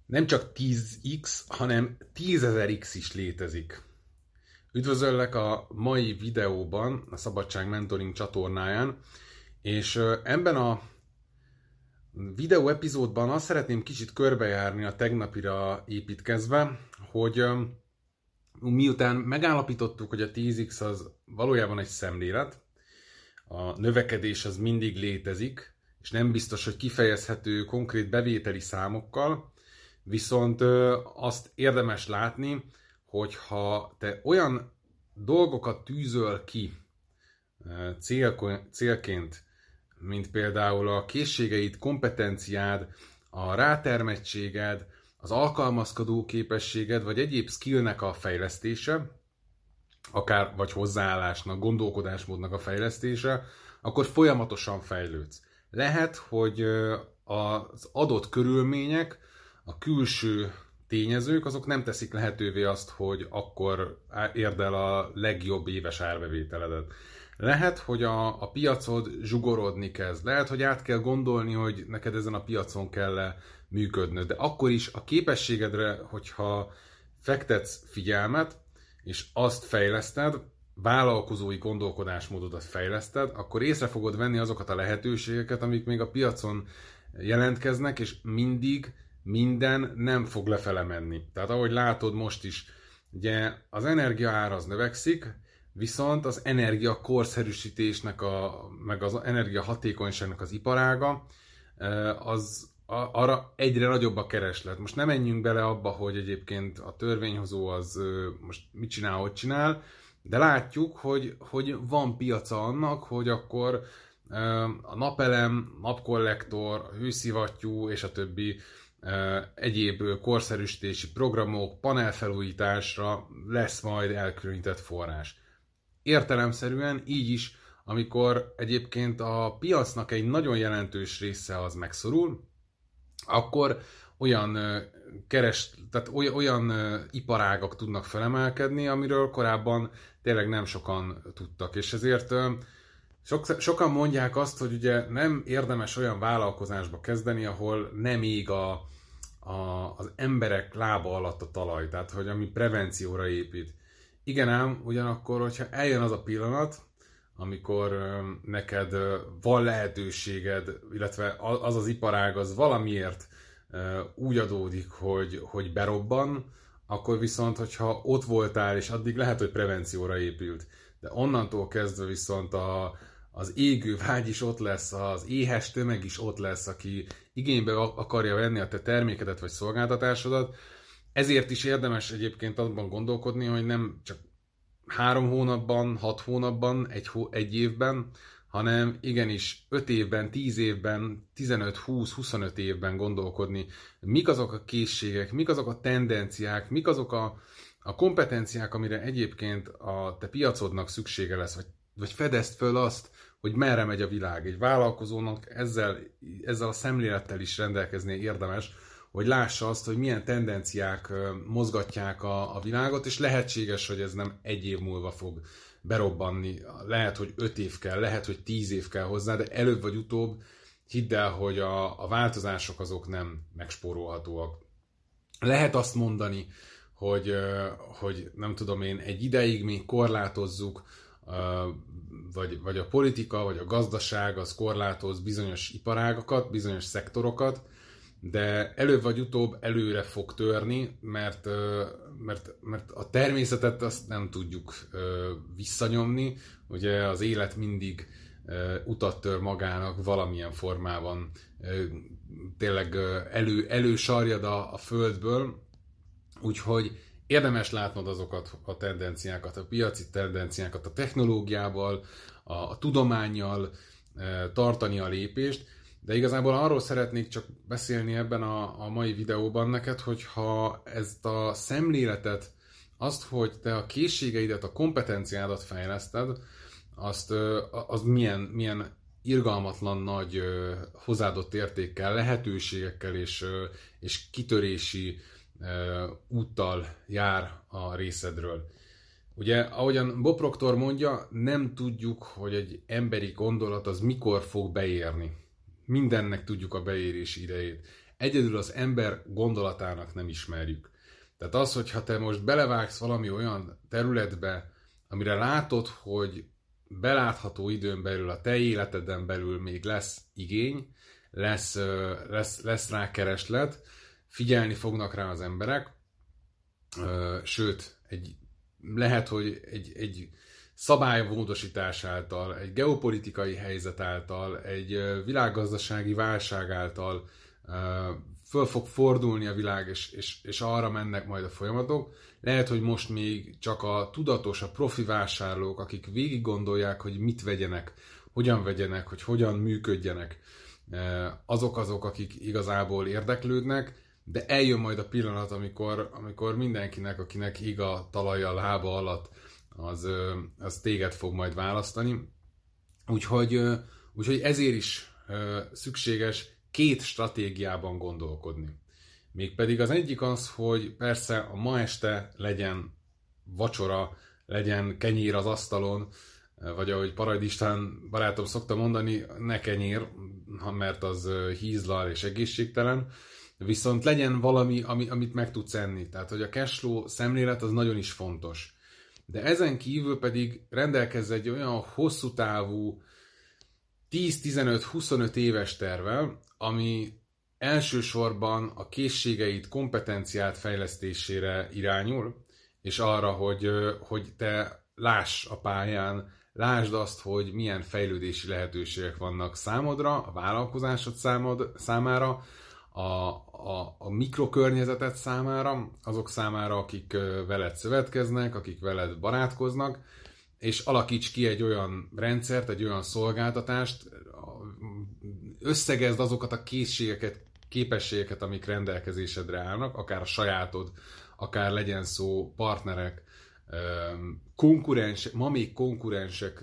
Nem csak 10x, hanem 10.000x is létezik. Üdvözöllek a mai videóban, a Szabadság Mentoring csatornáján, és ebben a videó epizódban azt szeretném kicsit körbejárni a tegnapira építkezve, hogy miután megállapítottuk, hogy a 10x az valójában egy szemlélet, a növekedés az mindig létezik, és nem biztos, hogy kifejezhető konkrét bevételi számokkal, viszont azt érdemes látni, hogyha te olyan dolgokat tűzöl ki célként, mint például a készségeid, kompetenciád, a rátermettséged, az alkalmazkodó képességed, vagy egyéb skillnek a fejlesztése, akár vagy hozzáállásnak, gondolkodásmódnak a fejlesztése, akkor folyamatosan fejlődsz. Lehet, hogy az adott körülmények, a külső tényezők, azok nem teszik lehetővé azt, hogy akkor érd el a legjobb éves árbevételedet. Lehet, hogy a piacod zsugorodni kezd. Lehet, hogy át kell gondolni, hogy neked ezen a piacon kell működnöd. De akkor is a képességedre, hogyha fektetsz figyelmet, és azt fejleszted, vállalkozói gondolkodásmódodat fejleszted, akkor észre fogod venni azokat a lehetőségeket, amik még a piacon jelentkeznek, és mindig minden nem fog lefele menni. Tehát ahogy látod most is, ugye az energia ára az növekszik, viszont az energia korszerűsítésnek, meg az energia hatékonyságnak az iparága, arra egyre nagyobb a kereslet. Most nem menjünk bele abba, hogy egyébként a törvényhozó az most mit csinál, hogy csinál, de látjuk, hogy van piaca annak, hogy akkor a napelem, napkollektor, hőszivattyú és a többi egyéb korszerűsítési programok, panelfelújításra lesz majd elkülönített forrás. Értelemszerűen így is, amikor egyébként a piacnak egy nagyon jelentős része az megszorul, akkor olyan iparágak tudnak felemelkedni, amiről korábban tényleg nem sokan tudtak. És ezért sokan mondják azt, hogy ugye nem érdemes olyan vállalkozásba kezdeni, ahol nem ég az emberek lába alatt a talaj, tehát hogy ami prevencióra épít. Igen ám, ugyanakkor, hogyha eljön az a pillanat, amikor neked van lehetőséged, illetve az az iparág az valamiért úgy adódik, hogy berobban, akkor viszont, hogyha ott voltál, és addig lehet, hogy prevencióra épült, de onnantól kezdve viszont az égő vágy is ott lesz, az éhes tömeg is ott lesz, aki igénybe akarja venni a te termékedet vagy szolgáltatásodat. Ezért is érdemes egyébként abban gondolkodni, hogy nem csak 3 hónapban, 6 hónapban, egy évben, hanem igenis 5 évben, 10 évben, 15, 20, 25 évben gondolkodni, mik azok a készségek, mik azok a tendenciák, mik azok a kompetenciák, amire egyébként a te piacodnak szüksége lesz, vagy fedezd föl azt, hogy merre megy a világ. Egy vállalkozónak ezzel a szemlélettel is rendelkezni érdemes, hogy lássa azt, hogy milyen tendenciák mozgatják a világot, és lehetséges, hogy ez nem egy év múlva fog berobbanni. Lehet, hogy 5 év kell, lehet, hogy 10 év kell hozzá, de előbb vagy utóbb hidd el, hogy a változások azok nem megspórolhatóak. Lehet azt mondani, hogy nem tudom én, egy ideig még korlátozzuk, vagy a politika, vagy a gazdaság az korlátoz bizonyos iparágakat, bizonyos szektorokat, de előbb vagy utóbb előre fog törni, mert a természetet azt nem tudjuk visszanyomni. Ugye az élet mindig utat tör magának valamilyen formában, tényleg elősarjad a földből, úgyhogy érdemes látnod azokat a tendenciákat, a piaci tendenciákat, a technológiával, a tudománnyal tartani a lépést, de igazából arról szeretnék csak beszélni ebben a mai videóban neked, hogyha ezt a szemléletet, azt, hogy te a készségeidet, a kompetenciádat fejleszted, az milyen irgalmatlan nagy hozzáadott értékkel, lehetőségekkel és kitörési úttal jár a részedről. Ugye, ahogyan Bob Proctor mondja, nem tudjuk, hogy egy emberi gondolat az mikor fog beérni. Mindennek tudjuk a beérési idejét. egyedül az ember gondolatának nem ismerjük. Tehát az, hogyha te most belevágsz valami olyan területbe, amire látod, hogy belátható időn belül, a te életeden belül még lesz igény, lesz rá kereslet, figyelni fognak rá az emberek, sőt, lehet, hogy egy szabálymódosítás által, egy geopolitikai helyzet által, egy világgazdasági válság által föl fog fordulni a világ, és arra mennek majd a folyamatok. Lehet, hogy most még csak a tudatos, a profi vásárlók, akik végig gondolják, hogy mit vegyenek, hogy hogyan működjenek, azok, akik igazából érdeklődnek, de eljön majd a pillanat, amikor mindenkinek, akinek ég a talajja a lába alatt, az téged fog majd választani. Úgyhogy ezért is szükséges két stratégiában gondolkodni. Mégpedig az egyik az, hogy persze a ma este legyen vacsora, legyen kenyér az asztalon, vagy ahogy Parajd István barátom szokta mondani, ne kenyér, mert az hízlal és egészségtelen, viszont legyen valami, amit meg tudsz enni. Tehát, hogy a cashflow szemlélet az nagyon is fontos. De ezen kívül pedig rendelkezz egy olyan hosszú távú 10-15-25 éves tervvel, ami elsősorban a készségeit, kompetenciát fejlesztésére irányul, és arra, hogy te láss a pályán, lásd azt, hogy milyen fejlődési lehetőségek vannak számodra, a vállalkozásod számára, a mikrokörnyezeted számára, azok számára, akik veled szövetkeznek, akik veled barátkoznak, és alakíts ki egy olyan rendszert, egy olyan szolgáltatást, összegezd azokat a készségeket, képességeket, amik rendelkezésedre állnak, akár a sajátod, akár legyen szó partnerek, konkurensek, ma még konkurensek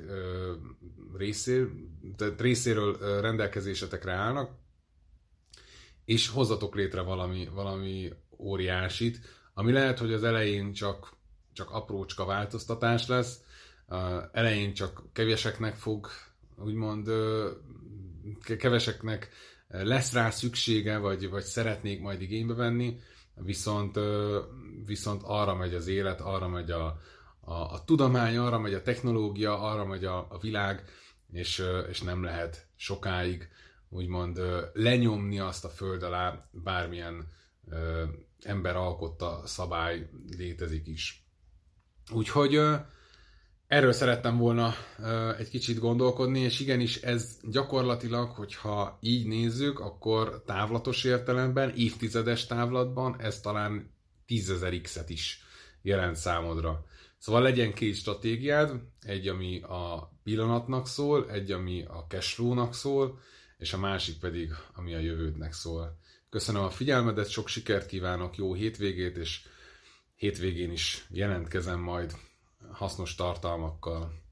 részéről rendelkezésetekre állnak, és hozzatok létre valami óriásit, ami lehet, hogy az elején csak aprócska változtatás lesz, elején csak keveseknek fog, úgymond keveseknek lesz rá szüksége, vagy szeretnék majd igénybe venni, viszont arra megy az élet, arra megy a tudomány, arra megy a technológia, arra megy a világ, és nem lehet sokáig úgymond lenyomni azt a föld alá, bármilyen ember alkotta szabály létezik is. Úgyhogy erről szerettem volna egy kicsit gondolkodni, és igenis ez gyakorlatilag, hogyha így nézzük, akkor távlatos értelemben, évtizedes távlatban ez talán 10.000x-et is jelent számodra. Szóval legyen két stratégiád, egy, ami a pillanatnak szól, egy, ami a cashflow-nak szól, és a másik pedig, ami a jövődnek szól. Köszönöm a figyelmedet, sok sikert kívánok, jó hétvégét, és hétvégén is jelentkezem majd hasznos tartalmakkal.